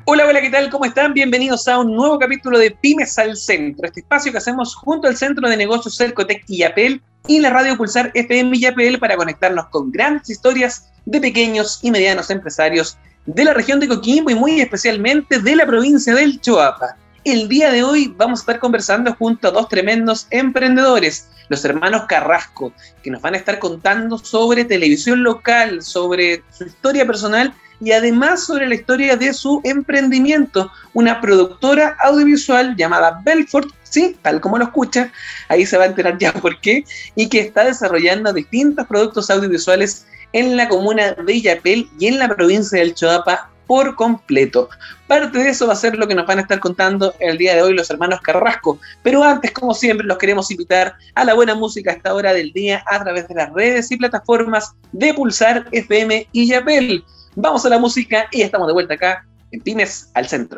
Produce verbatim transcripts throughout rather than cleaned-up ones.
Hola, hola, ¿qué tal? ¿Cómo están? Bienvenidos a un nuevo capítulo de Pymes al Centro, este espacio que hacemos junto al Centro de Negocios Cercotec y Yapel y la Radio Pulsar F M y Yapel para conectarnos con grandes historias de pequeños y medianos empresarios de la región de Coquimbo y muy especialmente de la provincia del Choapa. El día de hoy vamos a estar conversando junto a dos tremendos emprendedores, los hermanos Carrasco, que nos van a estar contando sobre televisión local, sobre su historia personal y además sobre la historia de su emprendimiento, una productora audiovisual llamada Belfort, sí, tal como lo escucha, ahí se va a enterar ya por qué, y que está desarrollando distintos productos audiovisuales en la comuna de Yapel y en la provincia del Choapa por completo. Parte de eso va a ser lo que nos van a estar contando el día de hoy los hermanos Carrasco, pero antes, como siempre, los queremos invitar a la buena música a esta hora del día a través de las redes y plataformas de Pulsar F M y Yapel. Vamos a la música y estamos de vuelta acá en Pymes al Centro.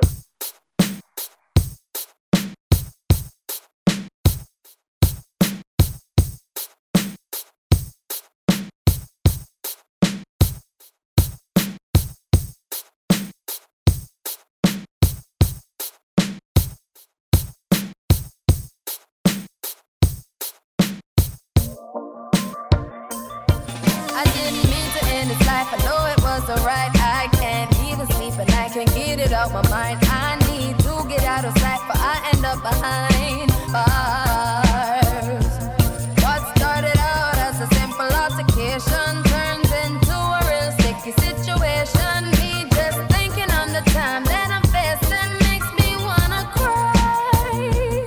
Right, I can't even sleep and I can't get it out my mind. I need to get out of sight, but I end up behind bars. What started out as a simple altercation turns into a real sticky situation. Me just thinking on the time that I'm facing makes me wanna cry.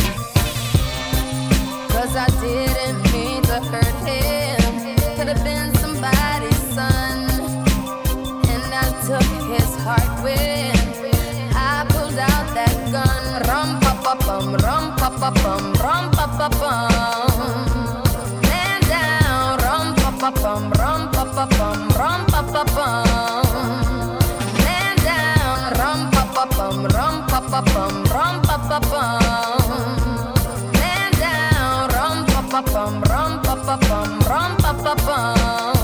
Cause I didn't mean to hurt him. Could have been somebody's son. Took his heart when I pulled out that gun. Rum pa pa bum, rum pa pa bum, rum pa pa bum. Man down, rum pa pa bum, rum pa pa bum, rum pa pa bum. Man down, rum pa pa bum, rum pa pa bum, rum pa pa bum. Man down, rum pa pa bum, rum pa pa bum, rum pa pa bum.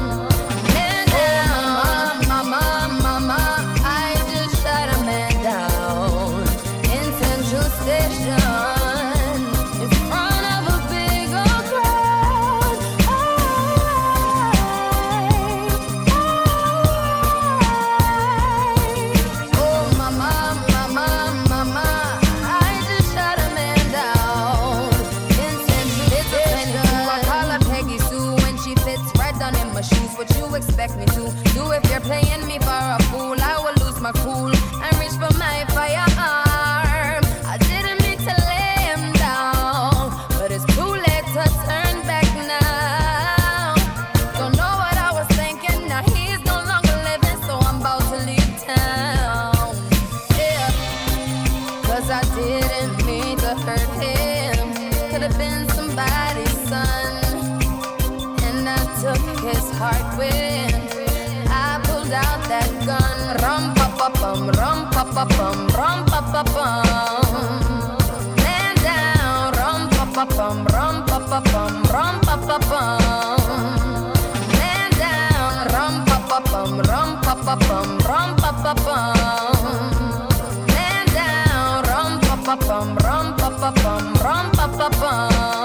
Expect me to do if you're playing me for a fool. I will lose my cool and reach for my firearm. I didn't mean to lay him down, but it's too late to turn back now. Don't know what I was thinking. Now he's no longer living, so I'm about to leave town. Yeah, cause I didn't mean to hurt him. Could have been somebody's son. Took his heart when I pulled out that gun. Rum pa pa bum, rum pa pa bum, rum pa pa bum. Man down, rum pa pa bum, rum pa pa bum, rum pa pa bum. Man down, rum pa pa bum, rum pa pa bum, rum pa pa bum. Man down, rum pa pa bum, rum pa pa bum, rum pa pa bum.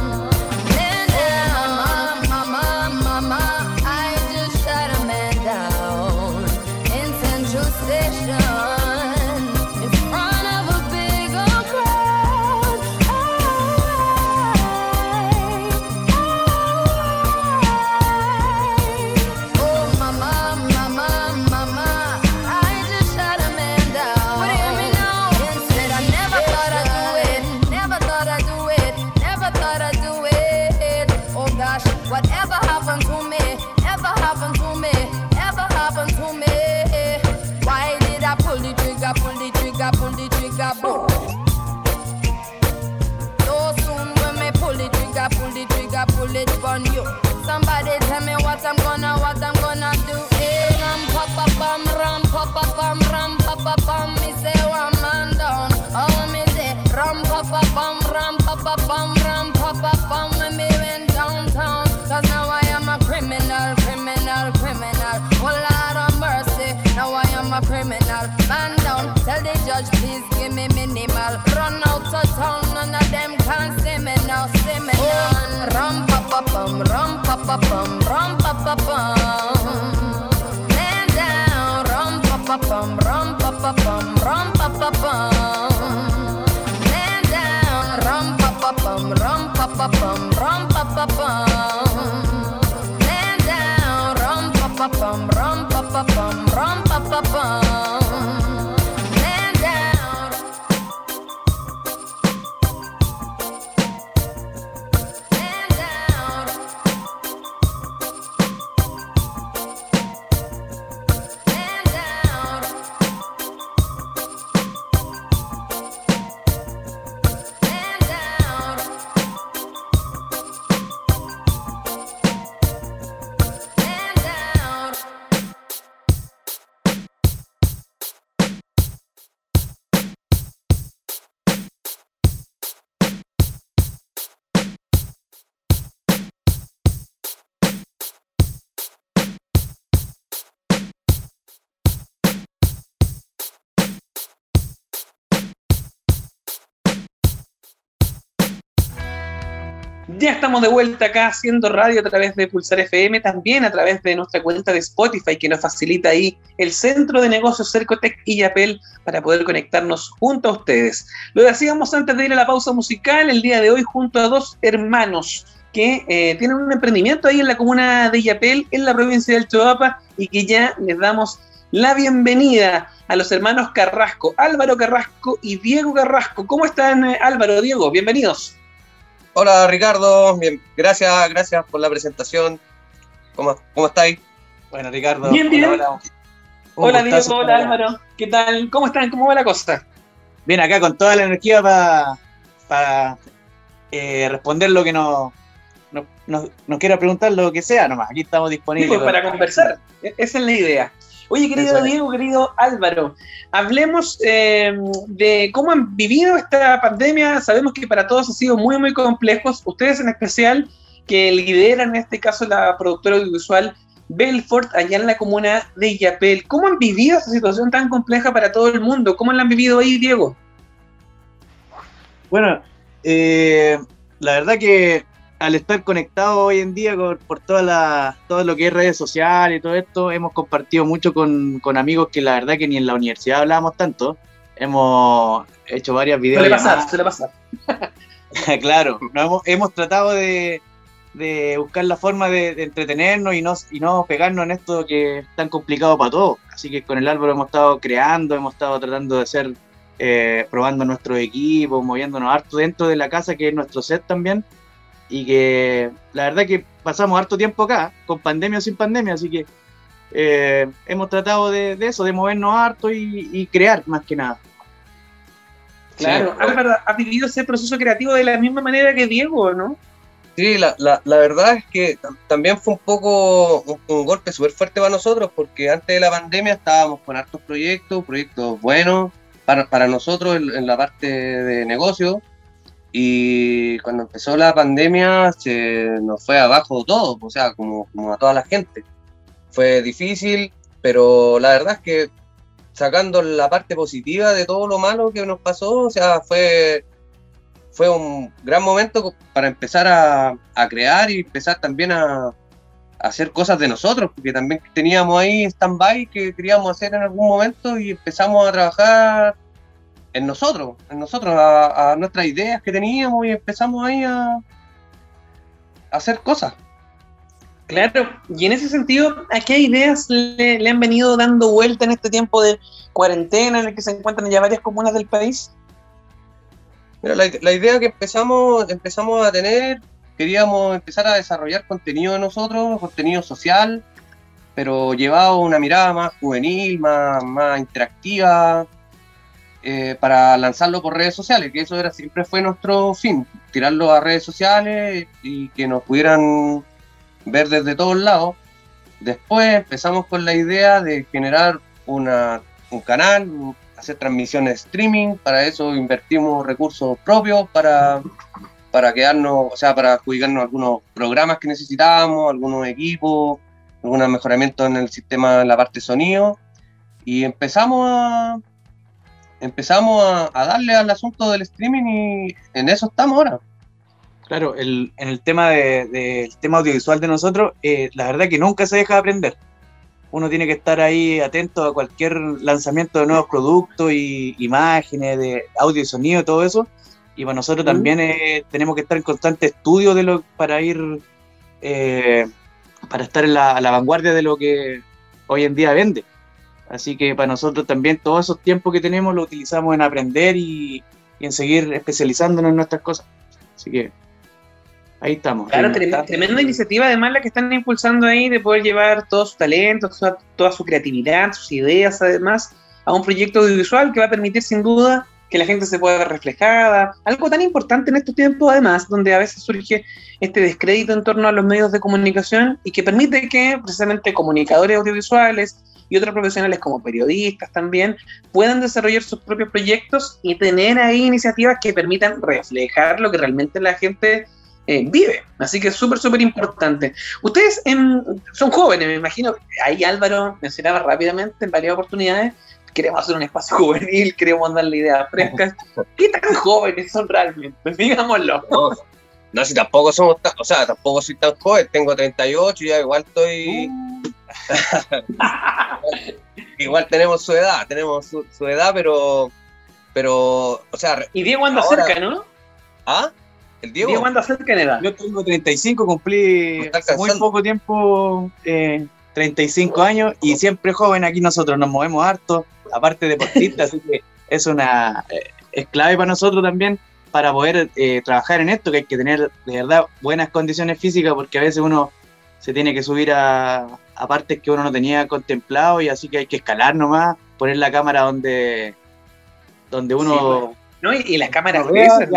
Pull it on you. Somebody tell me what I'm gonna, what I'm gonna do. Hey, ram pa pa bum, ram pa pa bum, ram pa pa bum. Me say one man down. Oh me say ram pa pa bum, ram pa pa bum, ram pa pa bum. When me went downtown, cause now I am a criminal, criminal, criminal. Oh Lord of mercy, now I am a criminal. Girl, run out of town, none of them can see me now, see me now. Rum pa pa pum, rum pa pa pum, rum pa pa pum. Man down, rum pa pa pum, rum pa pa pum, rum pa pa pum. Man down, rum pa pa pum, rum pa pa pum, rum pa pa pum. Man down, rum pa pa pum, rum pa pa pum, rum pa pa pum. Ya estamos de vuelta acá haciendo radio a través de Pulsar F M, también a través de nuestra cuenta de Spotify que nos facilita ahí el Centro de Negocios Cercotec y Yapel para poder conectarnos junto a ustedes. Lo decíamos antes de ir a la pausa musical, el día de hoy junto a dos hermanos que eh, tienen un emprendimiento ahí en la comuna de Yapel, en la provincia del Choapa, y que ya les damos la bienvenida a los hermanos Carrasco, Álvaro Carrasco y Diego Carrasco. ¿Cómo están, Álvaro, Diego? Bienvenidos. Hola Ricardo, bien, gracias, gracias por la presentación. ¿Cómo, cómo estáis? Bueno, Ricardo. Bien, bien. Hola, hola. Hola Diego, hola Álvaro. ¿Qué tal? ¿Cómo están? ¿Cómo va la cosa? Bien, acá con toda la energía para pa, eh, responder lo que nos no, no, no quiera preguntar, lo que sea nomás. Aquí estamos disponibles. Sí, pues, para conversar. Esa es la idea. Oye, querido Diego, querido Álvaro, hablemos eh, de cómo han vivido esta pandemia. Sabemos que para todos ha sido muy, muy complejo. Ustedes en especial, que lideran en este caso la productora audiovisual Belfort, allá en la comuna de Yapel. ¿Cómo han vivido esta situación tan compleja para todo el mundo? ¿Cómo la han vivido ahí, Diego? Bueno, eh, la verdad que al estar conectado hoy en día con, por toda la, todo lo que es redes sociales y todo esto, hemos compartido mucho con, con amigos que la verdad que ni en la universidad hablábamos tanto. Hemos hecho varias videos. Suele pasar, suele pasar. Claro, no hemos, hemos tratado de, de buscar la forma de, de entretenernos y no, y no pegarnos en esto que es tan complicado para todos. Así que con el Álvaro hemos estado creando, hemos estado tratando de hacer, eh, probando nuestros equipos, moviéndonos harto dentro de la casa, que es nuestro set también. Y que la verdad que pasamos harto tiempo acá, con pandemia o sin pandemia, así que eh, hemos tratado de, de eso, de movernos harto y, y crear más que nada. Claro, sí. Álvaro, ¿has vivido ese proceso creativo de la misma manera que Diego, no? Sí, la, la, la verdad es que también fue un poco un, un golpe súper fuerte para nosotros, porque antes de la pandemia estábamos con hartos proyectos, proyectos buenos para, para nosotros en, en la parte de negocio. Y cuando empezó la pandemia se nos fue abajo todo, o sea, como, como a toda la gente. Fue difícil, pero la verdad es que sacando la parte positiva de todo lo malo que nos pasó, o sea, fue, fue un gran momento para empezar a, a crear y empezar también a, a hacer cosas de nosotros, porque también teníamos ahí stand-by que queríamos hacer en algún momento y empezamos a trabajar en nosotros, en nosotros, a, a nuestras ideas que teníamos y empezamos ahí a, a hacer cosas. Claro, y en ese sentido, ¿a qué ideas le, le han venido dando vuelta en este tiempo de cuarentena en el que se encuentran ya varias comunas del país? Mira, la, la idea que empezamos, empezamos a tener, queríamos empezar a desarrollar contenido de nosotros, contenido social, pero llevado a una mirada más juvenil, más, más interactiva, Eh, para lanzarlo por redes sociales, que eso era siempre fue nuestro fin, tirarlo a redes sociales y que nos pudieran ver desde todos lados. Después empezamos con la idea de generar una, un canal, hacer transmisiones de streaming. Para eso invertimos recursos propios para, para quedarnos, o sea, para adjudicarnos algunos programas que necesitábamos, algunos equipos, algunos mejoramientos en el sistema, en la parte sonido, y empezamos a empezamos a, a darle al asunto del streaming y en eso estamos ahora. Claro, el, en el tema de, de, el tema audiovisual de nosotros, eh, la verdad que nunca se deja de aprender. Uno tiene que estar ahí atento a cualquier lanzamiento de nuevos productos y imágenes, de audio y sonido, todo eso. Y para nosotros uh-huh. también eh, tenemos que estar en constante estudio de lo para ir, eh, para estar en la, a la vanguardia de lo que hoy en día vende. Así que para nosotros también todos esos tiempos que tenemos lo utilizamos en aprender y, y en seguir especializándonos en nuestras cosas. Así que ahí estamos. Claro, tremenda, tremenda iniciativa además la que están impulsando ahí de poder llevar todo su talento, toda, toda su creatividad, sus ideas además a un proyecto audiovisual que va a permitir sin duda que la gente se pueda ver reflejada. Algo tan importante en estos tiempos además, donde a veces surge este descrédito en torno a los medios de comunicación y que permite que precisamente comunicadores audiovisuales y otros profesionales como periodistas también puedan desarrollar sus propios proyectos y tener ahí iniciativas que permitan reflejar lo que realmente la gente Eh, vive, así que es súper, súper importante. Ustedes en, son jóvenes, me imagino, ahí Álvaro mencionaba rápidamente en varias oportunidades, queremos hacer un espacio juvenil, queremos darle ideas frescas. ¿Qué tan jóvenes son realmente? Digámoslo. No, no, si tampoco somos tan, o sea, tampoco soy tan joven, tengo treinta y ocho, ya igual estoy... igual tenemos su edad, tenemos su, su edad, pero, pero, o sea... Y Diego anda ahora... cerca, ¿no? ¿Ah? ¿El Diego? Diego anda cerca en edad. Yo tengo treinta y cinco, cumplí hace muy poco tiempo eh, treinta y cinco años y siempre joven. Aquí nosotros nos movemos harto, aparte deportistas, así que es una eh, es clave para nosotros también para poder eh, trabajar en esto, que hay que tener de verdad buenas condiciones físicas, porque a veces uno se tiene que subir a, a partes que uno no tenía contemplado y así que hay que escalar nomás, poner la cámara donde, donde uno... Sí, bueno. No, y, y las cámaras pesan.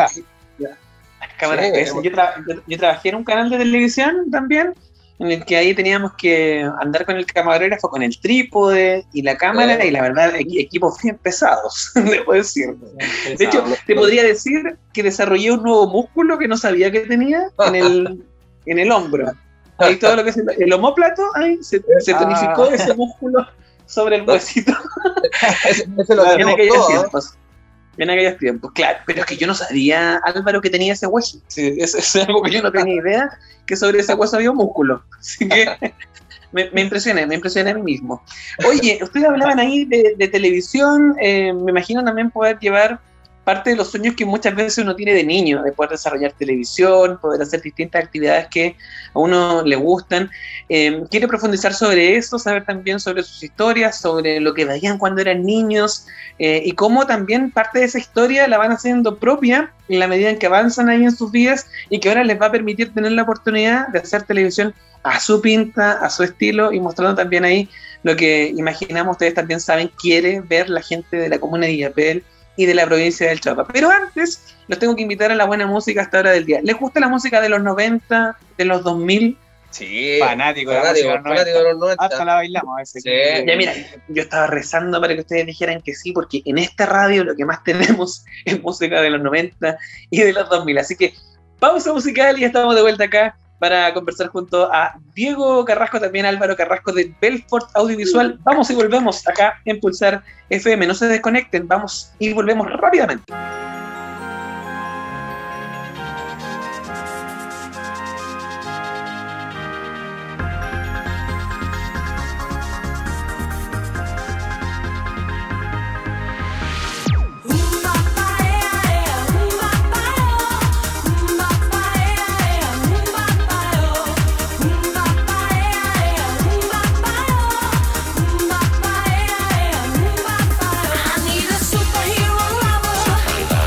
Las cámaras sí, pesan. Yo, tra- yo, yo trabajé en un canal de televisión también, en el que ahí teníamos que andar con el camarógrafo, con el trípode y la cámara, sí. Y la verdad, equipos bien pesados, debo decir. Pesado, de hecho, te podría decir que desarrollé un nuevo músculo que no sabía que tenía en el, en el hombro. Ahí todo lo que es el, el omóplato, ahí se, se tonificó ah. ese músculo sobre el huesito. Ese, ese lo en aquellos todo, tiempos. En aquellos tiempos, claro. Pero es que yo no sabía, Álvaro, que tenía ese hueso. Sí, eso es algo que yo no tenía idea, que sobre ese hueso había un músculo. Así que me, me impresioné, me impresioné a mí mismo. Oye, ustedes hablaban ahí de, de televisión, eh, me imagino también poder llevar parte de los sueños que muchas veces uno tiene de niño, de poder desarrollar televisión, poder hacer distintas actividades que a uno le gustan. Eh, ¿Quiere profundizar sobre eso, saber también sobre sus historias, sobre lo que veían cuando eran niños eh, y cómo también parte de esa historia la van haciendo propia en la medida en que avanzan ahí en sus vidas y que ahora les va a permitir tener la oportunidad de hacer televisión a su pinta, a su estilo y mostrando también ahí lo que imaginamos, ustedes también saben, quiere ver la gente de la comuna de Illapel y de la provincia del Chapa. Pero antes, los tengo que invitar a la buena música a esta hora del día. ¿Les gusta la música de los noventa, de los dos mil? Sí, fanático, fanático, de, fanático de los noventa. Hasta la bailamos a veces. Sí. Ya mira, yo estaba rezando para que ustedes dijeran que sí, porque en esta radio lo que más tenemos es música de los noventa y de los dos mil. Así que pausa musical y estamos de vuelta acá para conversar junto a Diego Carrasco, también Álvaro Carrasco de Belfort Audiovisual. Vamos y volvemos acá en Pulsar F M. No se desconecten, vamos y volvemos rápidamente. I need a superhero lover.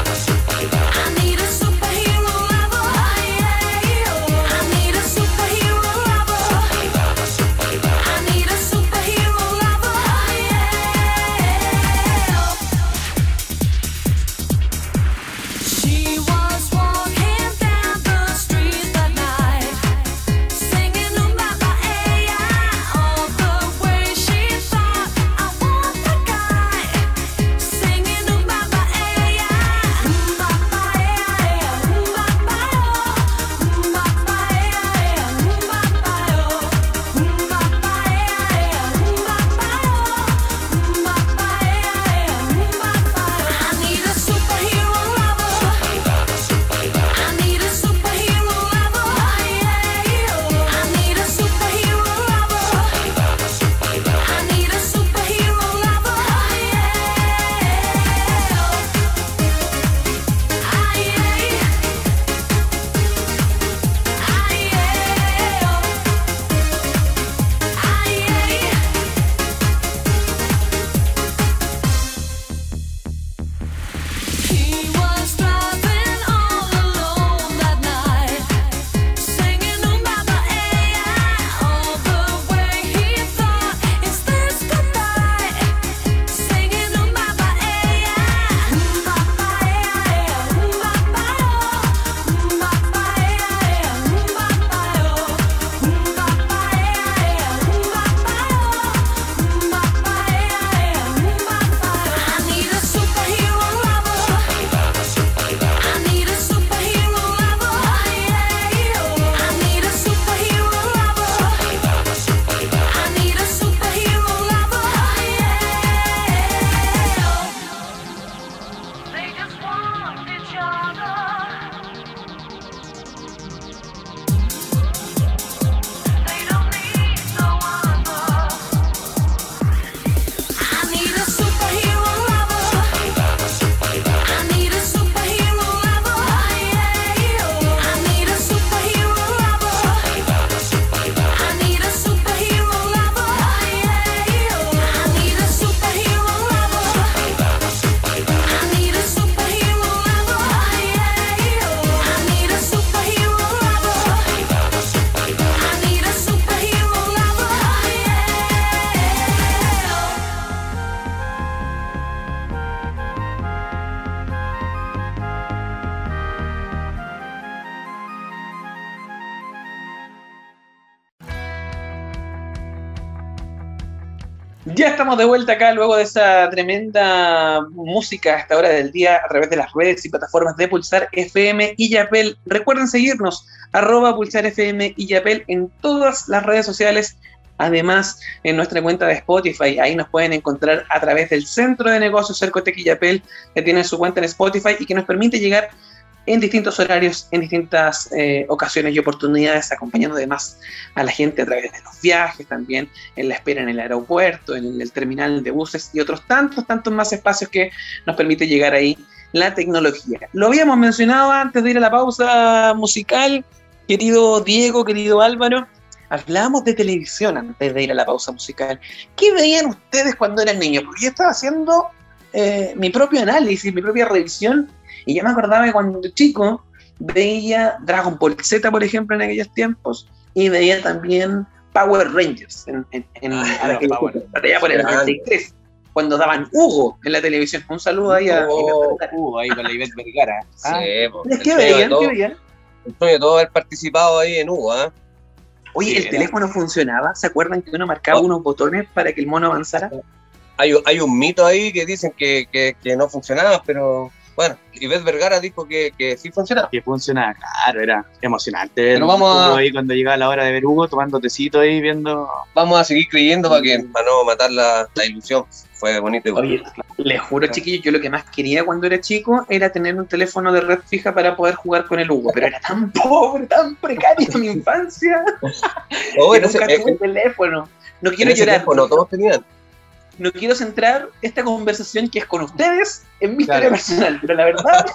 Ya estamos de vuelta acá luego de esa tremenda música a esta hora del día a través de las redes y plataformas de Pulsar F M y Yapel. Recuerden seguirnos, arroba Pulsar F M y Yapel en todas las redes sociales. Además, en nuestra cuenta de Spotify, ahí nos pueden encontrar a través del Centro de Negocios Cercotec y Yapel, que tiene su cuenta en Spotify y que nos permite llegar en distintos horarios, en distintas eh, ocasiones y oportunidades, acompañando además a la gente a través de los viajes, también en la espera en el aeropuerto, en el terminal de buses y otros tantos, tantos más espacios que nos permite llegar ahí la tecnología. Lo habíamos mencionado antes de ir a la pausa musical, querido Diego, querido Álvaro, hablábamos de televisión antes de ir a la pausa musical. ¿Qué veían ustedes cuando eran niños? Porque yo estaba haciendo eh, mi propio análisis, mi propia revisión. Y yo me acordaba que cuando chico veía Dragon Ball Z, por ejemplo, en aquellos tiempos, y veía también Power Rangers, en, en, en Ah, en- Power. allá por el noventa y tres, cuando daban Hugo en la televisión. Un saludo ahí a... Oh, uh, ahí con la Ivette Vergara. Ah, Sí, po. ¿Qué El sueño de veían? ¿Qué todo- veían? el sueño de todo haber participado ahí en Hugo, ¿ah? Oye, Sí, el era. teléfono funcionaba. ¿Se acuerdan que uno marcaba Oh. unos botones para que el mono avanzara? Hay, hay un mito ahí que dicen que, que, que no funcionaba, pero bueno, Ivette Vergara dijo que, que sí funcionaba. que funciona, claro, era emocionante ver Pero vamos a- Hugo ahí cuando llegaba la hora de ver Hugo tomando tecito ahí viendo. Vamos a seguir creyendo para que para no matar la, la ilusión. Fue bonito igual. Oye, les juro, chiquillos, yo lo que más quería cuando era chico era tener un teléfono de red fija para poder jugar con el Hugo, pero era tan pobre, tan precaria mi infancia, Oh, que en ese, nunca tuve en- teléfono. No en quiero ese llorar, tiempo no todos tenían. no quiero centrar esta conversación que es con ustedes en mi Claro. historia personal, pero la verdad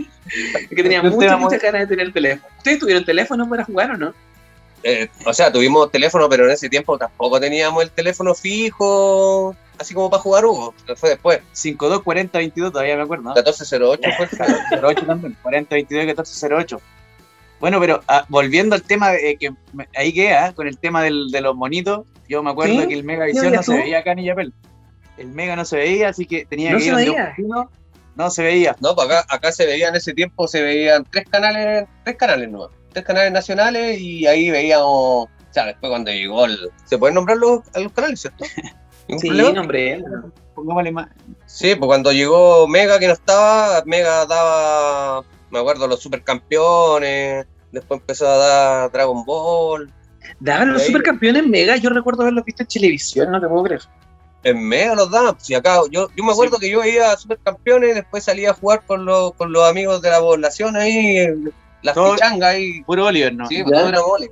es que tenía Un muchas, tema muy- muchas ganas de tener teléfono. ¿Ustedes tuvieron teléfono para jugar o no? Eh, o sea, tuvimos teléfono, pero en ese tiempo tampoco teníamos el teléfono fijo, así como para jugar Hugo. Fue después. cinco dos cuarenta veintidós, todavía me acuerdo, ¿no? catorce cero ocho fue el cero ocho también, cuarenta veintidós catorce cero ocho. Bueno, pero ah, volviendo al tema de que me- ahí queda, con el tema del, de los monitos, yo me acuerdo ¿Sí? que el ¿Qué Megavisión no veías se tú? veía acá en Illapel. El Mega no se veía, así que tenía ¿No que se ir donde veía? un vecino. No se veía. No, pues acá, acá se veía en ese tiempo, se veían tres canales, tres canales nuevos, tres canales nacionales y ahí veíamos, o sea, después cuando llegó el... ¿Se pueden nombrar los, a los canales, cierto? ¿Ningún Sí, problema? no, hombre. Pongámosle más. Sí, pues cuando llegó Mega que no estaba, Mega daba, me acuerdo, los supercampeones, después empezó a dar Dragon Ball. Daban los Ahí. supercampeones Mega, yo recuerdo haberlos visto en televisión, no te puedo creer. En Mega los daban, si acá, yo, yo me acuerdo que yo veía supercampeones, después salía a jugar con los, con los amigos de la población ahí, en las Todo- pichangas ahí. Puro Oliver, ¿no? Sí, Ya. pues todo era mole.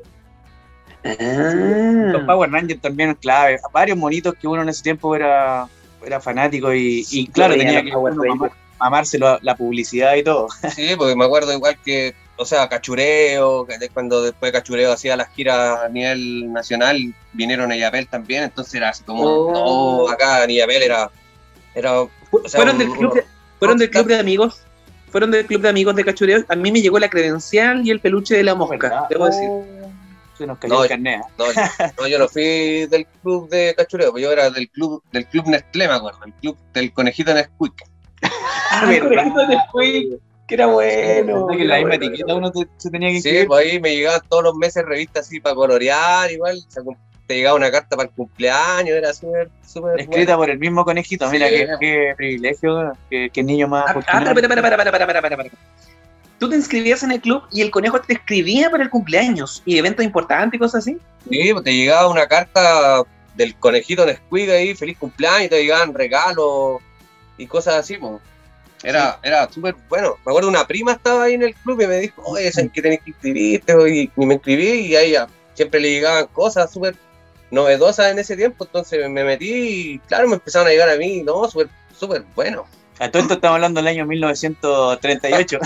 Ah. Los Power Rangers también es clave. Varios monitos que uno en ese tiempo era, era fanático y, y claro, Yo veía tenía los que Power uno Rangers. mamar- mamarse la, la publicidad y todo. Sí, porque me acuerdo igual que, o sea, Cachureo, que de- cuando después Cachureo hacía las giras a nivel nacional, vinieron a Yapel también, entonces era así como, Oh. no, acá en Yapel era, era, o sea, fueron un- del club de, fueron del club de amigos, fueron del club de amigos de Cachureo. A mí me llegó la credencial y el peluche de la mosca, ¿Verdad? debo decir. Oh, se nos cayó No, el carnet. ¿eh? no, yo- no, yo no fui del club de Cachureo, pues yo era del club, del club Nestlé, me acuerdo, el club del conejito Nesquik. Ah, ¿verdad? el conejito de Nesquik, que era bueno. ¿Verdad que en la misma etiqueta uno te- se tenía que Sí, inscribir? pues ahí me llegaban todos los meses revistas así para colorear, igual, o sea, te llegaba una carta para el cumpleaños, era súper, súper Escrita por el mismo conejito. Mira Sí, qué, pues. qué privilegio, qué, qué niño más Ah, ah, afortunado. pero para, para, para, para, para, para, para. Tú te inscribías en el club y el conejo te escribía para el cumpleaños y eventos importantes y cosas así. Sí, pues te llegaba una carta del conejito Nesquik ahí, feliz cumpleaños, te llegaban regalos y cosas así, pues. Era, era súper bueno. Me acuerdo una prima estaba ahí en el club y me dijo, oye, ¿sabes que tenés que inscribirte? Y, y me inscribí y a ella siempre le llegaban cosas súper novedosas en ese tiempo, entonces me metí y claro, me empezaron a llegar a mí, no, súper, súper bueno. A todo esto estamos hablando del año mil novecientos treinta y ocho.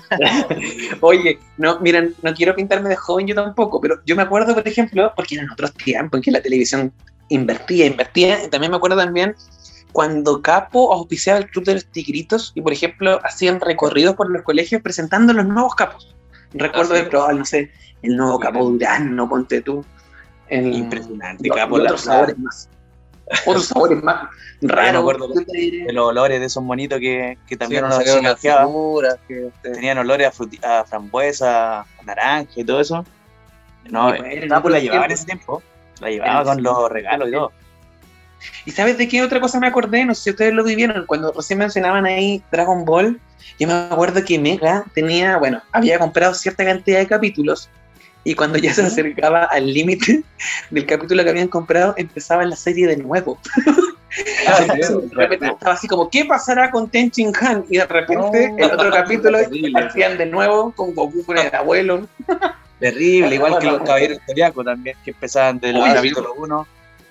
Oye, no, miren, no quiero pintarme de joven yo tampoco, pero yo me acuerdo, por ejemplo, porque eran otros tiempos en que la televisión invertía, invertía, y también me acuerdo también cuando Capo auspiciaba el Club de los Tigritos y, por ejemplo, hacían recorridos por los colegios presentando los nuevos capos. Recuerdo Ah, sí. de probar, no sé, el nuevo capo Durano, ponte tú. El, Impresionante, lo- Capo, y la otros verdad. sabores más. Otros sabores más raros. me acuerdo yo te diré. De los olores de esos monitos que, que también Sí, uno salieron unas sinergiaba. figuras que, este, Tenían olores a, fruti- a frambuesa, a naranja y todo eso. No, Y bueno, Capo la en llevaba en otros ese tiempo. La llevaba En con ese los tiempo. regalos y todo. ¿Y sabes de qué otra cosa me acordé? No sé si ustedes lo vivieron, cuando recién mencionaban ahí Dragon Ball, yo me acuerdo que Mega tenía, bueno, había comprado cierta cantidad de capítulos, y cuando ya se acercaba al límite del capítulo que habían comprado, empezaba la serie de nuevo. Ah, Entonces, de repente estaba así como, ¿qué pasará con Ten Shin Han? Y de repente, No, el otro capítulo, terrible. hacían de nuevo con Goku con el abuelo. Terrible, igual que los Caballeros Zodiaco también, que empezaban del Oye, capítulo uno.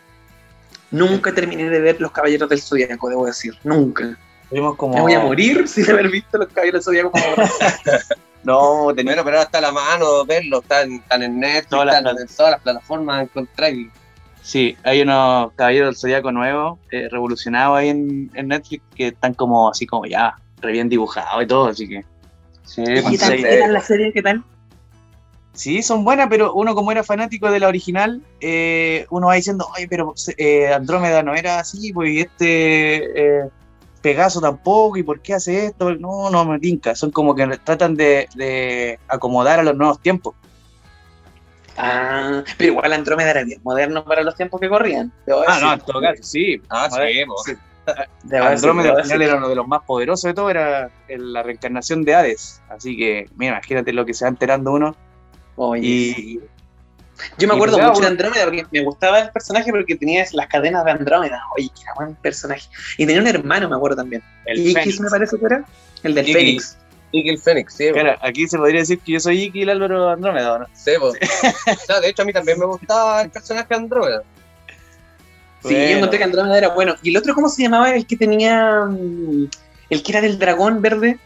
Nunca terminé de ver Los Caballeros del Zodiaco, debo decir, nunca. Tuvimos como... Me voy a morir sin haber visto Los Caballeros del Zodiaco como... No, tenía... Bueno, pero ahora está a la mano verlo, están, están en Netflix, Todas las están en todas las plataformas, encontráis. Sí, hay unos Caballeros del Zodiaco nuevos, eh, revolucionados ahí en, en Netflix, que están como así como ya, re bien dibujados y todo, así que... Sí, ¿Y pues, qué tal, sí. qué tal la serie? ¿Qué tal? Sí, son buenas, pero uno como era fanático de la original, eh, uno va diciendo, oye, pero eh, Andrómeda no era así, pues y este eh, Pegaso tampoco, ¿y por qué hace esto? No, no me tinca, son como que tratan de, de acomodar a los nuevos tiempos. Ah, pero igual Andrómeda era bien moderno para los tiempos que corrían. Debo Ah, decir. no, en todo caso, sí. Ah, A ver, sí, pues. sí. Debo decir, Andrómeda debo al final decir. era uno de los más poderosos de todo, era el- la reencarnación de Hades. Así que, mira, imagínate lo que se va enterando uno. Oye, Y yo me y acuerdo claro, mucho de uno- Andrómeda porque me gustaba el personaje porque tenía las cadenas de Andrómeda. Oye, que era buen personaje. Y tenía un hermano, me acuerdo también. el X Fénix. me parece que era. El del Iki. Fénix. Y el Fénix, sí, pues. Claro, aquí se podría decir que yo soy Iki y el Álvaro Andrómeda, ¿o no? Sí, pues. O sea, de hecho, a mí también me gustaba el personaje de Andrómeda. Sí, Bueno. yo encontré que Andrómeda era bueno. ¿Y el otro cómo se llamaba? El que tenía... mm, el que era del dragón verde.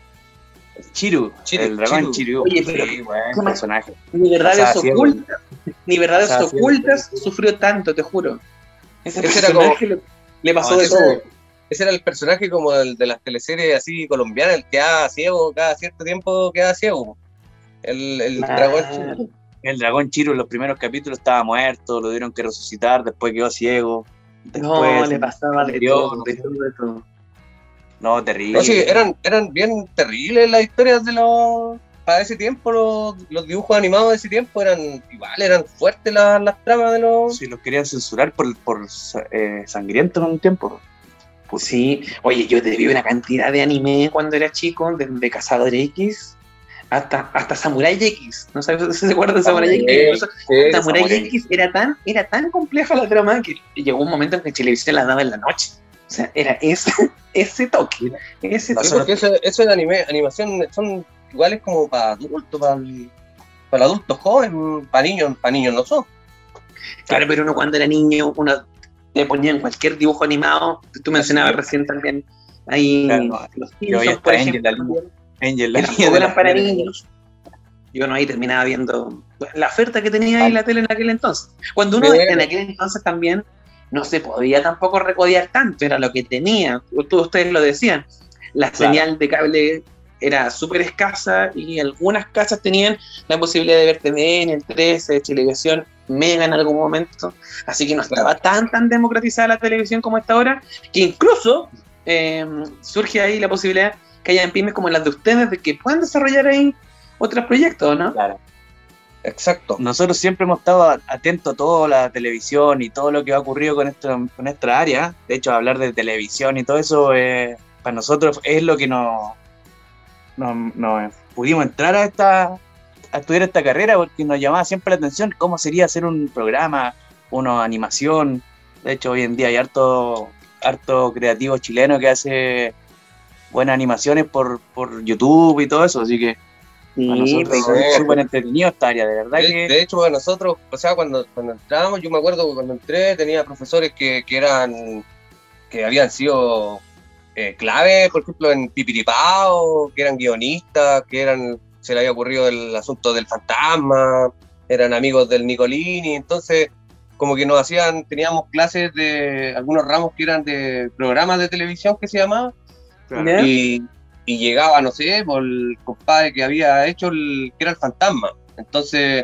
Chiru, Chiru, el dragón Chiru. Chiru. Oye, pero- Sí, buen ¿cómo- personaje. Ni verdades Pasaba ciego. ocultas. Ni verdades Pasaba ciego. ocultas sufrió tanto, te juro. Ese Ese era personaje le, le pasó No, de ese- todo. Ese era el personaje como el de las teleseries así colombianas, el que quedaba ciego, cada cierto tiempo quedaba ciego. El, el Ah, dragón Chiru. El dragón Chiru en los primeros capítulos estaba muerto, lo tuvieron que resucitar, después quedó ciego. No, Después, le pasaba de murió, todo, no de sé. todo, de todo. No, terrible. No, sí, eran, eran bien terribles las historias de los... Para ese tiempo, los, los dibujos animados de ese tiempo eran igual, eran fuertes las, las tramas de los... Si los querían censurar por, por eh, sangriento en un tiempo. Pues sí, oye, yo te vi una cantidad de anime cuando era chico, desde Cazador X hasta, hasta Samurai X. ¿No sabes si se acuerdan de Samurai X? Incluso Sí, Samurai Samurai. X era tan, era tan compleja la trama que llegó un momento en que televisión la daba en la noche. O sea, era ese, ese toque. Ese Sí, toque. porque eso, eso de anime, animación son iguales como para adultos, para, para adultos jóvenes, para niños, para niños no son. Claro, pero uno cuando era niño, uno le ponía en cualquier dibujo animado. Tú mencionabas recién también ahí Claro, los yo veía Simpsons, por hasta Angel, ejemplo. la niña. Angel, Que la niña tampoco de eran la para primera. niños. Yo no ahí terminaba viendo la oferta que tenía ahí la tele en aquel entonces. Cuando uno Sí. en aquel entonces también no se podía tampoco recodiar tanto, era lo que tenía. Todos ustedes lo decían. La Claro. señal de cable era súper escasa y algunas casas tenían la posibilidad de ver T V N, el trece, televisión Mega en algún momento. Así que no estaba tan tan democratizada la televisión como está ahora, que incluso eh, surge ahí la posibilidad que hayan pymes como las de ustedes de que puedan desarrollar ahí otros proyectos, ¿no? Claro. Exacto. Nosotros siempre hemos estado atentos a toda la televisión y todo lo que ha ocurrido con, esto, con esta área. De hecho, hablar de televisión y todo eso, eh, para nosotros es lo que nos, nos, nos pudimos entrar a esta a estudiar esta carrera, porque nos llamaba siempre la atención cómo sería hacer un programa, una animación. De hecho, hoy en día hay harto, harto creativo chileno que hace buenas animaciones por, por YouTube y todo eso, así que para nosotros pues, sí. es súper entretenido esta área, de verdad De, que... de hecho, para nosotros, o sea, cuando, cuando entramos, yo me acuerdo que cuando entré tenía profesores que, que eran, que habían sido eh, clave, por ejemplo, en Pipiripao, que eran guionistas, que eran, se le había ocurrido el asunto del fantasma, eran amigos del Nicolini, entonces como que nos hacían, teníamos clases de algunos ramos que eran de programas de televisión que se llamaban, ¿Ya? y, y llegaba, no sé, por el compadre que había hecho el, que era el fantasma. Entonces,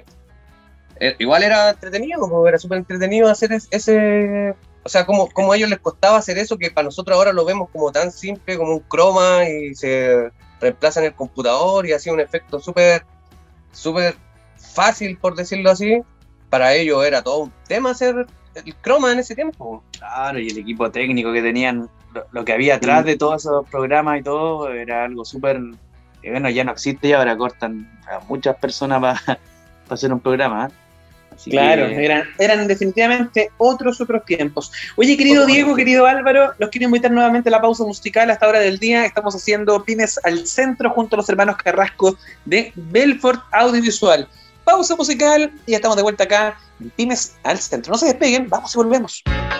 eh, igual era entretenido, como era súper entretenido hacer es- ese, o sea, como, como a ellos les costaba hacer eso, que para nosotros ahora lo vemos como tan simple, como un croma, y se reemplaza en el computador y hacía un efecto súper, súper fácil, por decirlo así. Para ellos era todo un tema hacer el croma en ese tiempo. Claro, y el equipo técnico que tenían, lo, lo que había atrás Sí. de todos esos programas y todo, era algo súper, eh, bueno, ya no existe y ahora cortan a muchas personas para hacer un programa, ¿eh? Así Claro, que, eran, eran definitivamente otros otros tiempos. Oye, querido Otros Diego, tiempos. querido Álvaro, los quiero invitar nuevamente a la pausa musical a esta hora del día. Estamos haciendo Pymes al Centro junto a los hermanos Carrasco de Belfort Audiovisual. Pausa musical y ya estamos de vuelta acá en Pymes al Centro. No se despeguen, vamos y volvemos.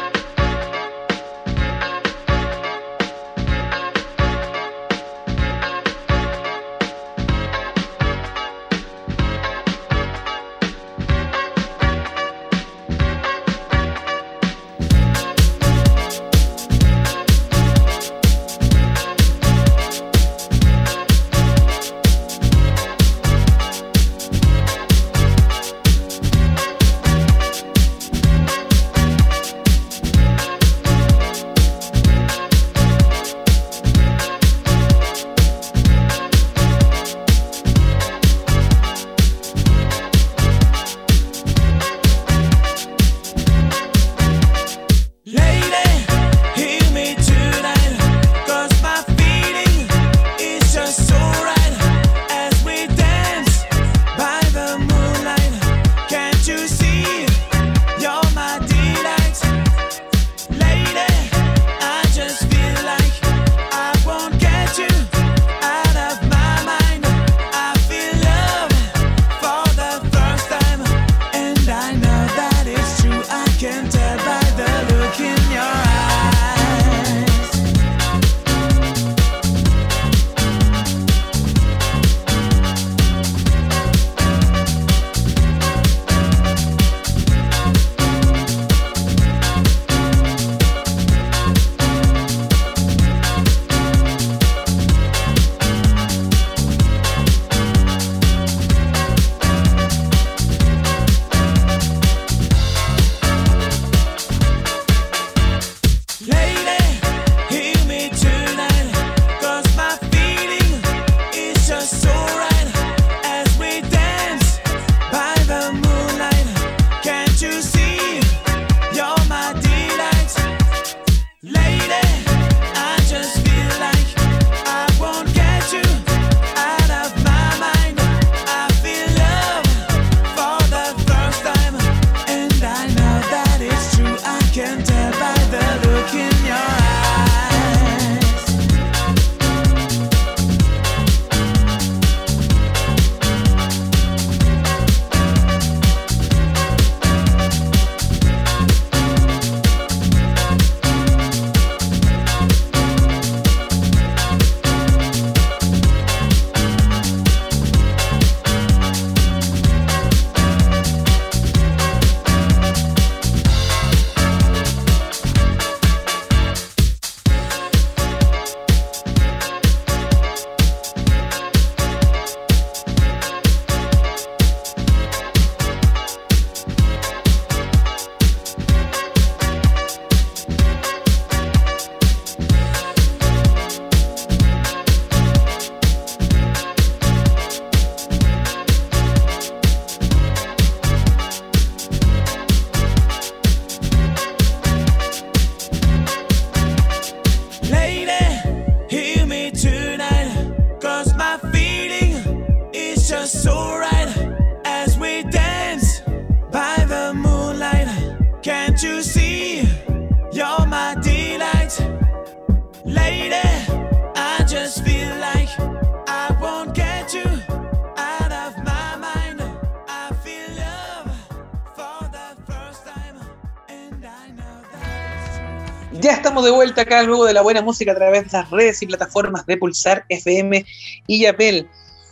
Ya estamos de vuelta acá luego de la buena música a través de las redes y plataformas de Pulsar F M y Yapel.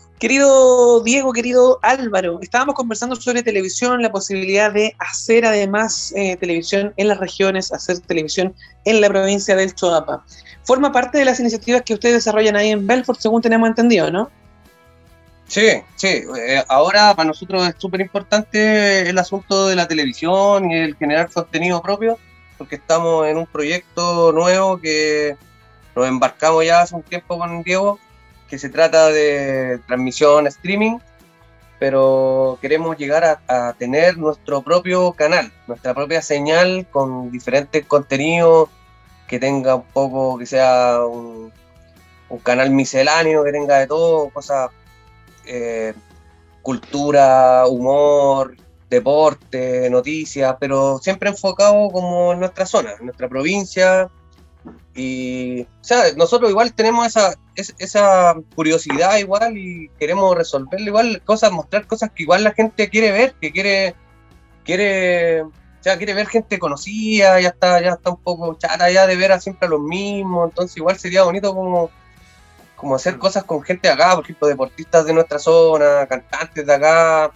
Querido Diego, querido Álvaro, estábamos conversando sobre televisión, la posibilidad de hacer además eh, televisión en las regiones, hacer televisión en la provincia del Choapa. Forma parte de las iniciativas que ustedes desarrollan ahí en Belfort, según tenemos entendido, ¿no? Sí, sí. Eh, ahora para nosotros es súper importante el asunto de la televisión y el generar contenido propio, porque estamos en un proyecto nuevo que nos embarcamos ya hace un tiempo con Diego, que se trata de transmisión streaming, pero queremos llegar a, a tener nuestro propio canal, nuestra propia señal con diferentes contenidos, que tenga un poco, que sea un, un canal misceláneo, que tenga de todo, cosas, eh, cultura, humor, deporte, noticias, pero siempre enfocado como en nuestra zona, en nuestra provincia. Y, o sea, nosotros igual tenemos esa, es, esa curiosidad igual y queremos resolverle igual cosas, mostrar cosas que igual la gente quiere ver, que quiere, quiere, o sea, quiere ver gente conocida, ya está, ya está un poco chata ya de ver a siempre a los mismos, entonces igual sería bonito como, como hacer cosas con gente de acá, por ejemplo, deportistas de nuestra zona, cantantes de acá,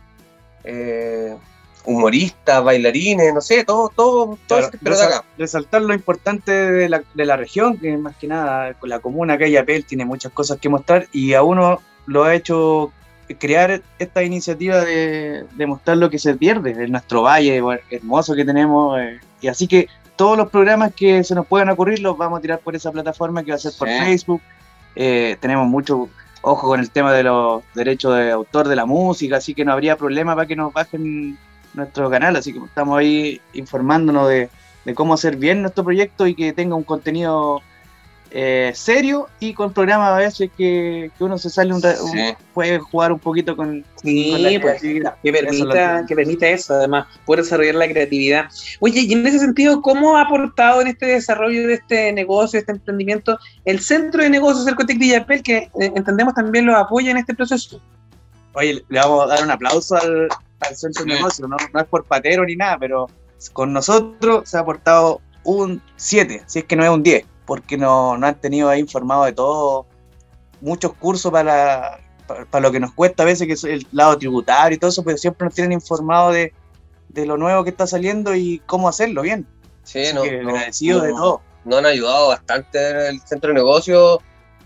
eh, humoristas, bailarines, no sé, todo, todo, todo Claro, pero de acá. resaltar lo importante de la, de la región, que más que nada con la comuna que hay Yapel tiene muchas cosas que mostrar y a uno lo ha hecho crear esta iniciativa de, de mostrar lo que se pierde en nuestro valle bueno, hermoso que tenemos eh, y así que todos los programas que se nos puedan ocurrir los vamos a tirar por esa plataforma que va a ser por sí. Facebook. Eh, tenemos mucho ojo con el tema de los derechos de autor de la música, así que no habría problema para que nos bajen nuestro canal, así que estamos ahí informándonos de, de cómo hacer bien nuestro proyecto y que tenga un contenido eh, serio y con programas a veces que, que uno se sale un, sí. un puede jugar un poquito con, sí, con la pues, creatividad. Que permita, eso que permita eso, además, poder desarrollar la creatividad. Oye, y en ese sentido, ¿cómo ha aportado en este desarrollo de este negocio, de este emprendimiento, el Centro de Negocios Cercotec de Yapel, que eh, entendemos también lo apoya en este proceso? Oye, le vamos a dar un aplauso al, al Centro de Negocios, no, no es por patero ni nada, pero con nosotros se ha aportado un siete, si es que no es un diez, porque nos no han tenido ahí informado de todo, muchos cursos para, para, para lo que nos cuesta a veces, que es el lado tributario y todo eso, pero siempre nos tienen informado de, de lo nuevo que está saliendo y cómo hacerlo bien. Sí, Así no, que no, agradecido no, de todo. Nos han ayudado bastante en el Centro de Negocios,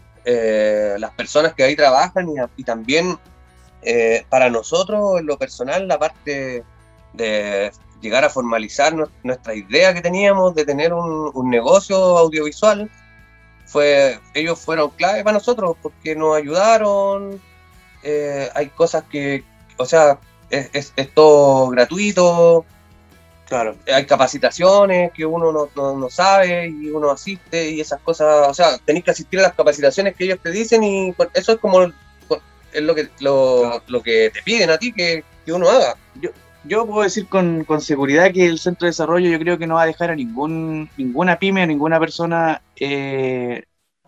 eh, las personas que ahí trabajan y, y también eh, para nosotros en lo personal la parte de llegar a formalizar no, nuestra idea que teníamos de tener un, un negocio audiovisual, fue ellos fueron clave para nosotros porque nos ayudaron, eh, hay cosas que, o sea, es, es, es todo gratuito. Claro, hay capacitaciones que uno no, no, no sabe y uno asiste y esas cosas, o sea, tenés que asistir a las capacitaciones que ellos te dicen y eso es como es lo que lo, claro. lo que te piden a ti que, que uno haga. Yo, yo puedo decir con, con seguridad que el Centro de Desarrollo yo creo que no va a dejar a ningún ninguna pyme, a ninguna persona, eh,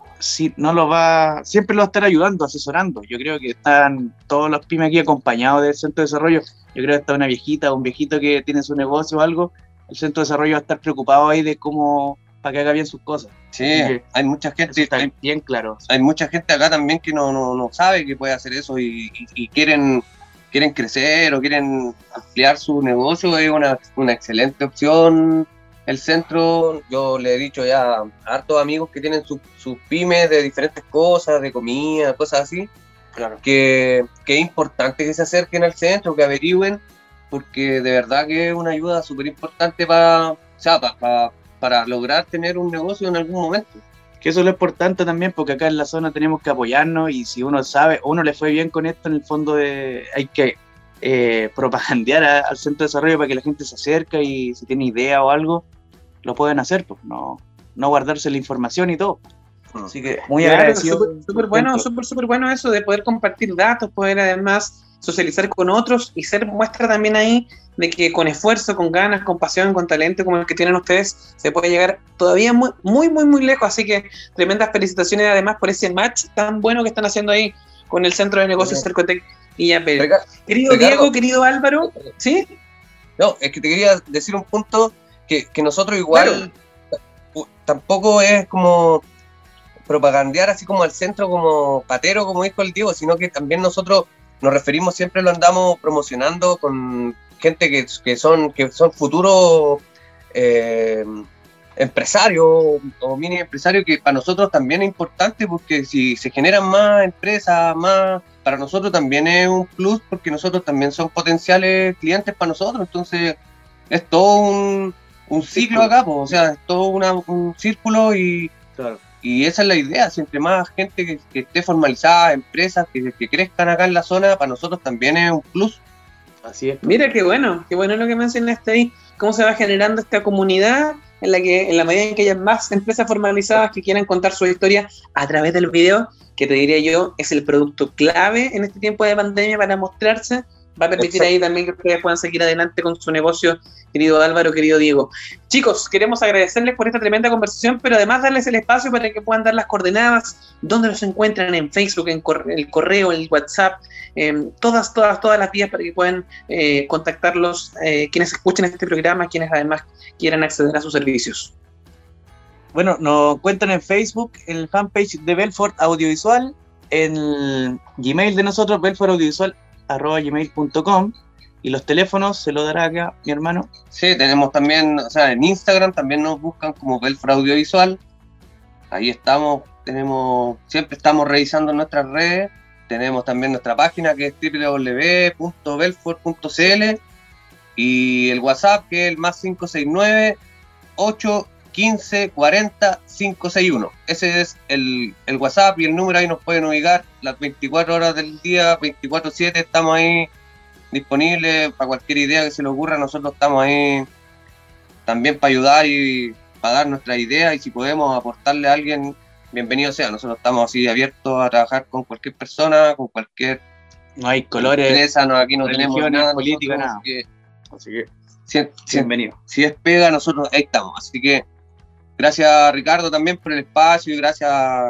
si no lo va, siempre lo va a estar ayudando, asesorando. Yo creo que están todos los pymes aquí acompañados del Centro de Desarrollo. Yo creo que está una viejita o un viejito que tiene su negocio o algo, el Centro de Desarrollo va a estar preocupado ahí de cómo, para que haga bien sus cosas. Sí, hay mucha gente, está hay, bien claro. Hay mucha gente acá también que no, no, no sabe que puede hacer eso y, y, y quieren, quieren crecer o quieren ampliar su negocio, es una, una excelente opción el centro. Yo le he dicho ya a hartos amigos que tienen sus su pymes de diferentes cosas, de comida, cosas así, claro, que, que es importante que se acerquen al centro, que averigüen, porque de verdad que es una ayuda súper importante para, o sea, para, para, para lograr tener un negocio en algún momento. Que eso es lo importante también, porque acá en la zona tenemos que apoyarnos y si uno sabe, o uno le fue bien con esto, en el fondo de, hay que eh, propagandear a, al Centro de Desarrollo para que la gente se acerque y si tiene idea o algo, lo pueden hacer, pues no, no guardarse la información y todo. Así que muy claro, agradecido. Súper super bueno, súper súper bueno eso de poder compartir datos, poder además socializar con otros y ser muestra también ahí de que con esfuerzo, con ganas, con pasión, con talento como el que tienen ustedes, se puede llegar todavía muy, muy, muy, muy lejos. Así que tremendas felicitaciones además por ese match tan bueno que están haciendo ahí con el Centro de Negocios sí. Cercotec y Yapel. Ricardo, querido Ricardo, Diego, querido Álvaro, ¿sí? No, es que te quería decir un punto que, que nosotros igual claro. tampoco es como propagandear así como al centro como patero, como dijo el Diego, sino que también nosotros nos referimos, siempre lo andamos promocionando con gente que, que son que son futuros eh, empresarios o mini empresarios, que para nosotros también es importante porque si se generan más empresas, más, para nosotros también es un plus porque nosotros también son potenciales clientes para nosotros, entonces es todo un, un ciclo acá, pues, o sea, es todo una, un círculo y, claro. y esa es la idea, si entre más gente que, que esté formalizada, empresas que, que crezcan acá en la zona, para nosotros también es un plus. Así es. Mira qué bueno, qué bueno lo que mencionaste ahí, cómo se va generando esta comunidad en la que en la medida en que haya más empresas formalizadas que quieran contar su historia a través del video, que te diría yo es el producto clave en este tiempo de pandemia para mostrarse, va a permitir Exacto. ahí también que ustedes puedan seguir adelante con su negocio, querido Álvaro, querido Diego. Chicos, queremos agradecerles por esta tremenda conversación, pero además darles el espacio para que puedan dar las coordenadas, donde los encuentran en Facebook, en corre- el correo, el WhatsApp, eh, todas, todas, todas las vías para que puedan eh, contactarlos, eh, quienes escuchen este programa, quienes además quieran acceder a sus servicios. Bueno, nos cuentan en Facebook, en el fanpage de Belfort Audiovisual, en el Gmail de nosotros, belfort audiovisual arroba gmail punto com, y los teléfonos se lo dará acá mi hermano. Sí, tenemos también, o sea, en Instagram también nos buscan como Belfort Audiovisual, ahí estamos, tenemos, siempre estamos revisando nuestras redes, tenemos también nuestra página que es doble u doble u doble u punto belfort punto c l y el WhatsApp que es el más cinco seis nueve ocho quince cuarenta cinco seis uno. Ese es el, el WhatsApp y el número, ahí nos pueden ubicar las veinticuatro horas del día, veinticuatro siete, estamos ahí disponibles para cualquier idea que se les ocurra. Nosotros estamos ahí también para ayudar y para dar nuestras ideas, y si podemos aportarle a alguien, bienvenido sea. Nosotros estamos así abiertos a trabajar con cualquier persona, con cualquier no hay colores, empresa, no, aquí no tenemos nada política, nada. Así que, así que si, si, bienvenido. Si es pega, nosotros ahí estamos. Así que gracias, Ricardo, también por el espacio, y gracias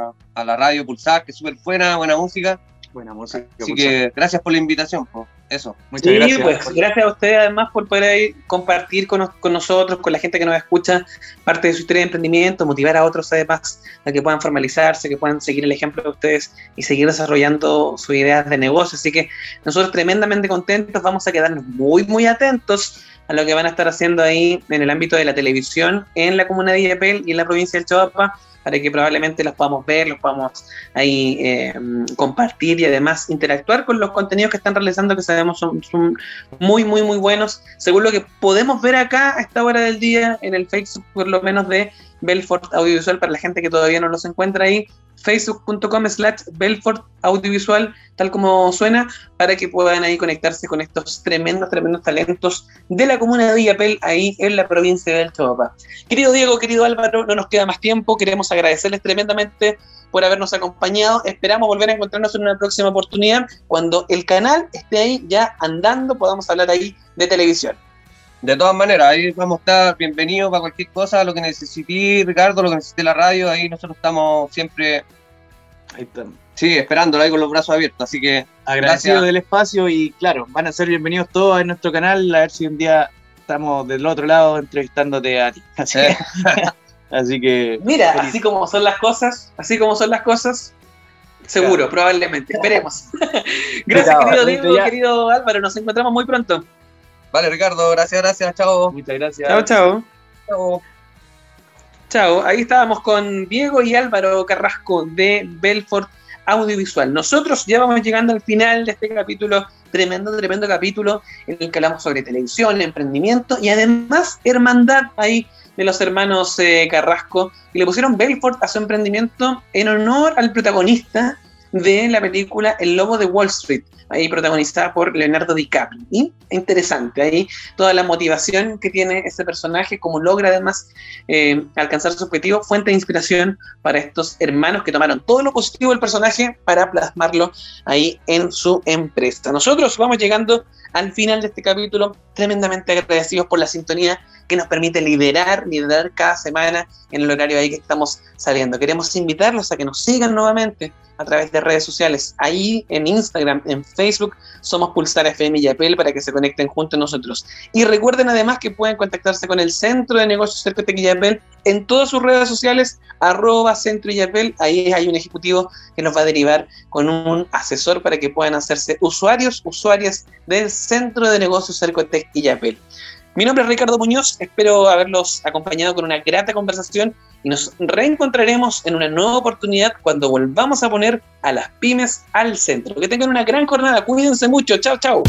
a la radio Pulsar, que es súper buena, buena música. Buena música. Así que gracias por la invitación, pues. Eso. Muchas sí, gracias. Pues, gracias a ustedes además por poder ahí compartir con, con nosotros, con la gente que nos escucha, parte de su historia de emprendimiento, motivar a otros además a que puedan formalizarse, que puedan seguir el ejemplo de ustedes y seguir desarrollando sus ideas de negocio. Así que nosotros tremendamente contentos, vamos a quedarnos muy, muy atentos a lo que van a estar haciendo ahí en el ámbito de la televisión en la comuna de Illapel y en la provincia del Choapa, para que probablemente los podamos ver, los podamos ahí eh, compartir y además interactuar con los contenidos que están realizando, que sabemos son, son muy, muy, muy buenos, según lo que podemos ver acá a esta hora del día en el Facebook, por lo menos de Belfort Audiovisual, para la gente que todavía no los encuentra ahí, facebook punto com slash Belfort Audiovisual, tal como suena, para que puedan ahí conectarse con estos tremendos, tremendos talentos de la comuna de Illapel, ahí en la provincia del Choapa. Querido Diego, querido Álvaro, no nos queda más tiempo, queremos agradecerles tremendamente por habernos acompañado, esperamos volver a encontrarnos en una próxima oportunidad, cuando el canal esté ahí ya andando, podamos hablar ahí de televisión. De todas maneras, ahí vamos a estar bienvenidos para cualquier cosa, lo que necesite Ricardo, lo que necesite la radio, ahí nosotros estamos siempre ahí estamos. Sí, esperándolo ahí con los brazos abiertos, así que agradecido del espacio, y claro, van a ser bienvenidos todos en nuestro canal, a ver si un día estamos del otro lado entrevistándote a ti. Así, eh. que, así que mira, feliz. así como son las cosas, así como son las cosas, seguro, claro. Probablemente, esperemos. Gracias, chao, querido Diego, ya. Querido Álvaro, nos encontramos muy pronto. Vale, Ricardo, gracias, gracias, chao. Muchas gracias. Chao, chao. Chao. Chao, ahí estábamos con Diego y Álvaro Carrasco de Belfort Audiovisual. Nosotros ya vamos llegando al final de este capítulo, tremendo, tremendo capítulo, en el que hablamos sobre televisión, emprendimiento y además hermandad ahí de los hermanos eh, Carrasco, y le pusieron Belfort a su emprendimiento en honor al protagonista de la película El Lobo de Wall Street, ahí protagonizada por Leonardo DiCaprio. Y interesante, ahí toda la motivación que tiene ese personaje, cómo logra además eh, alcanzar su objetivo, fuente de inspiración para estos hermanos que tomaron todo lo positivo del personaje para plasmarlo ahí en su empresa. Nosotros vamos llegando al final de este capítulo, tremendamente agradecidos por la sintonía que nos permite liderar, liderar cada semana en el horario ahí que estamos saliendo. Queremos invitarlos a que nos sigan nuevamente a través de redes sociales, ahí en Instagram, en Facebook, somos Pulsar F M Illapel, para que se conecten junto a nosotros. Y recuerden además que pueden contactarse con el Centro de Negocios Cercotec Illapel en todas sus redes sociales, arroba Centro Illapel, ahí hay un ejecutivo que nos va a derivar con un asesor para que puedan hacerse usuarios, usuarias del Centro de Negocios Cercotec Illapel. Mi nombre es Ricardo Muñoz, espero haberlos acompañado con una grata conversación y nos reencontraremos en una nueva oportunidad cuando volvamos a poner a las pymes al centro. Que tengan una gran jornada, cuídense mucho, chao, chao.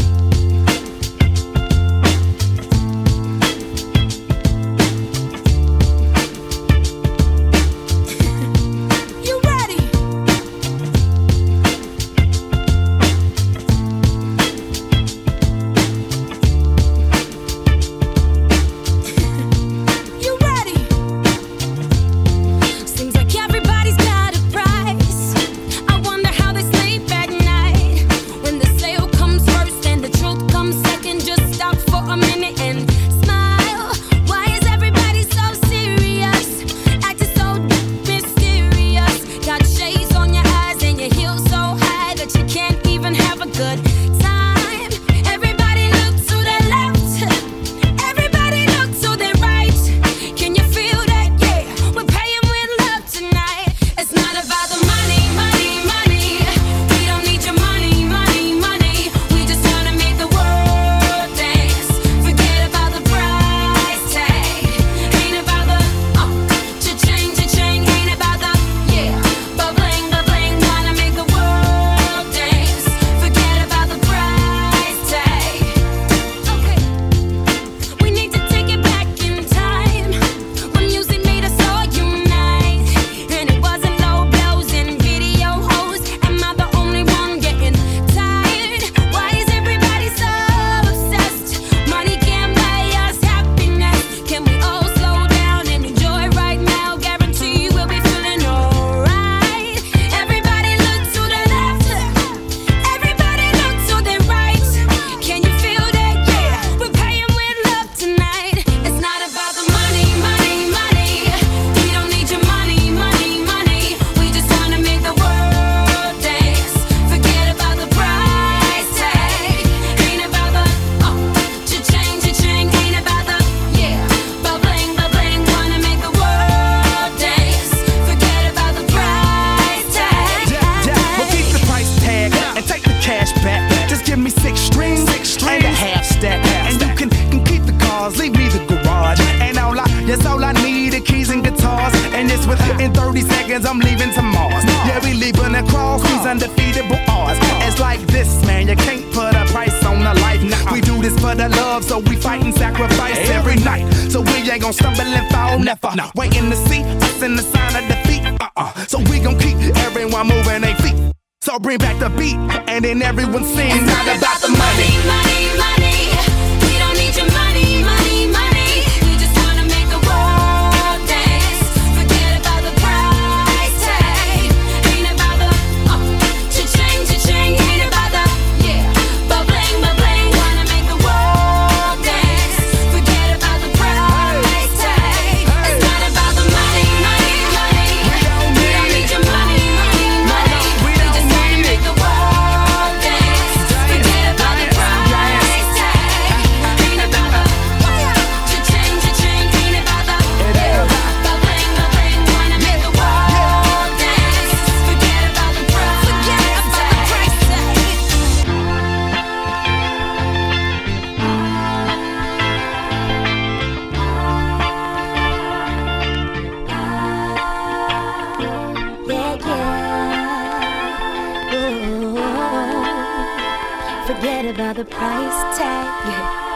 Mars. Within thirty seconds, I'm leaving to Mars. Yeah, we leaving across these undefeatable odds. It's like this, man, you can't put a price on a life. We do this for the love, so we fight and sacrifice every night. So we ain't gon' stumble and fall, never. Waiting to see us in the sign of defeat. Uh-uh. So we gon' keep everyone moving their feet. So bring back the beat, and then everyone sings. It's not about the money, money, money. We don't need your money, money, money. We just wanna make the world dance. Forget about the price tag. Ain't about the uh, cha-ching, cha-ching. Ain't about the yeah, but bling, but bling. Wanna make the world dance. Forget about the price tag. It's not about the money, money, money. We don't need your money, money, money. We just wanna make the world dance. Forget about the price tag. Ain't about the cha-ching, cha-ching. Ain't about the yeah, but bling, but bling. Wanna make the world dance. Forget about the price tag. Yeah, yeah. Ooh. Forget about the price tag. Yeah.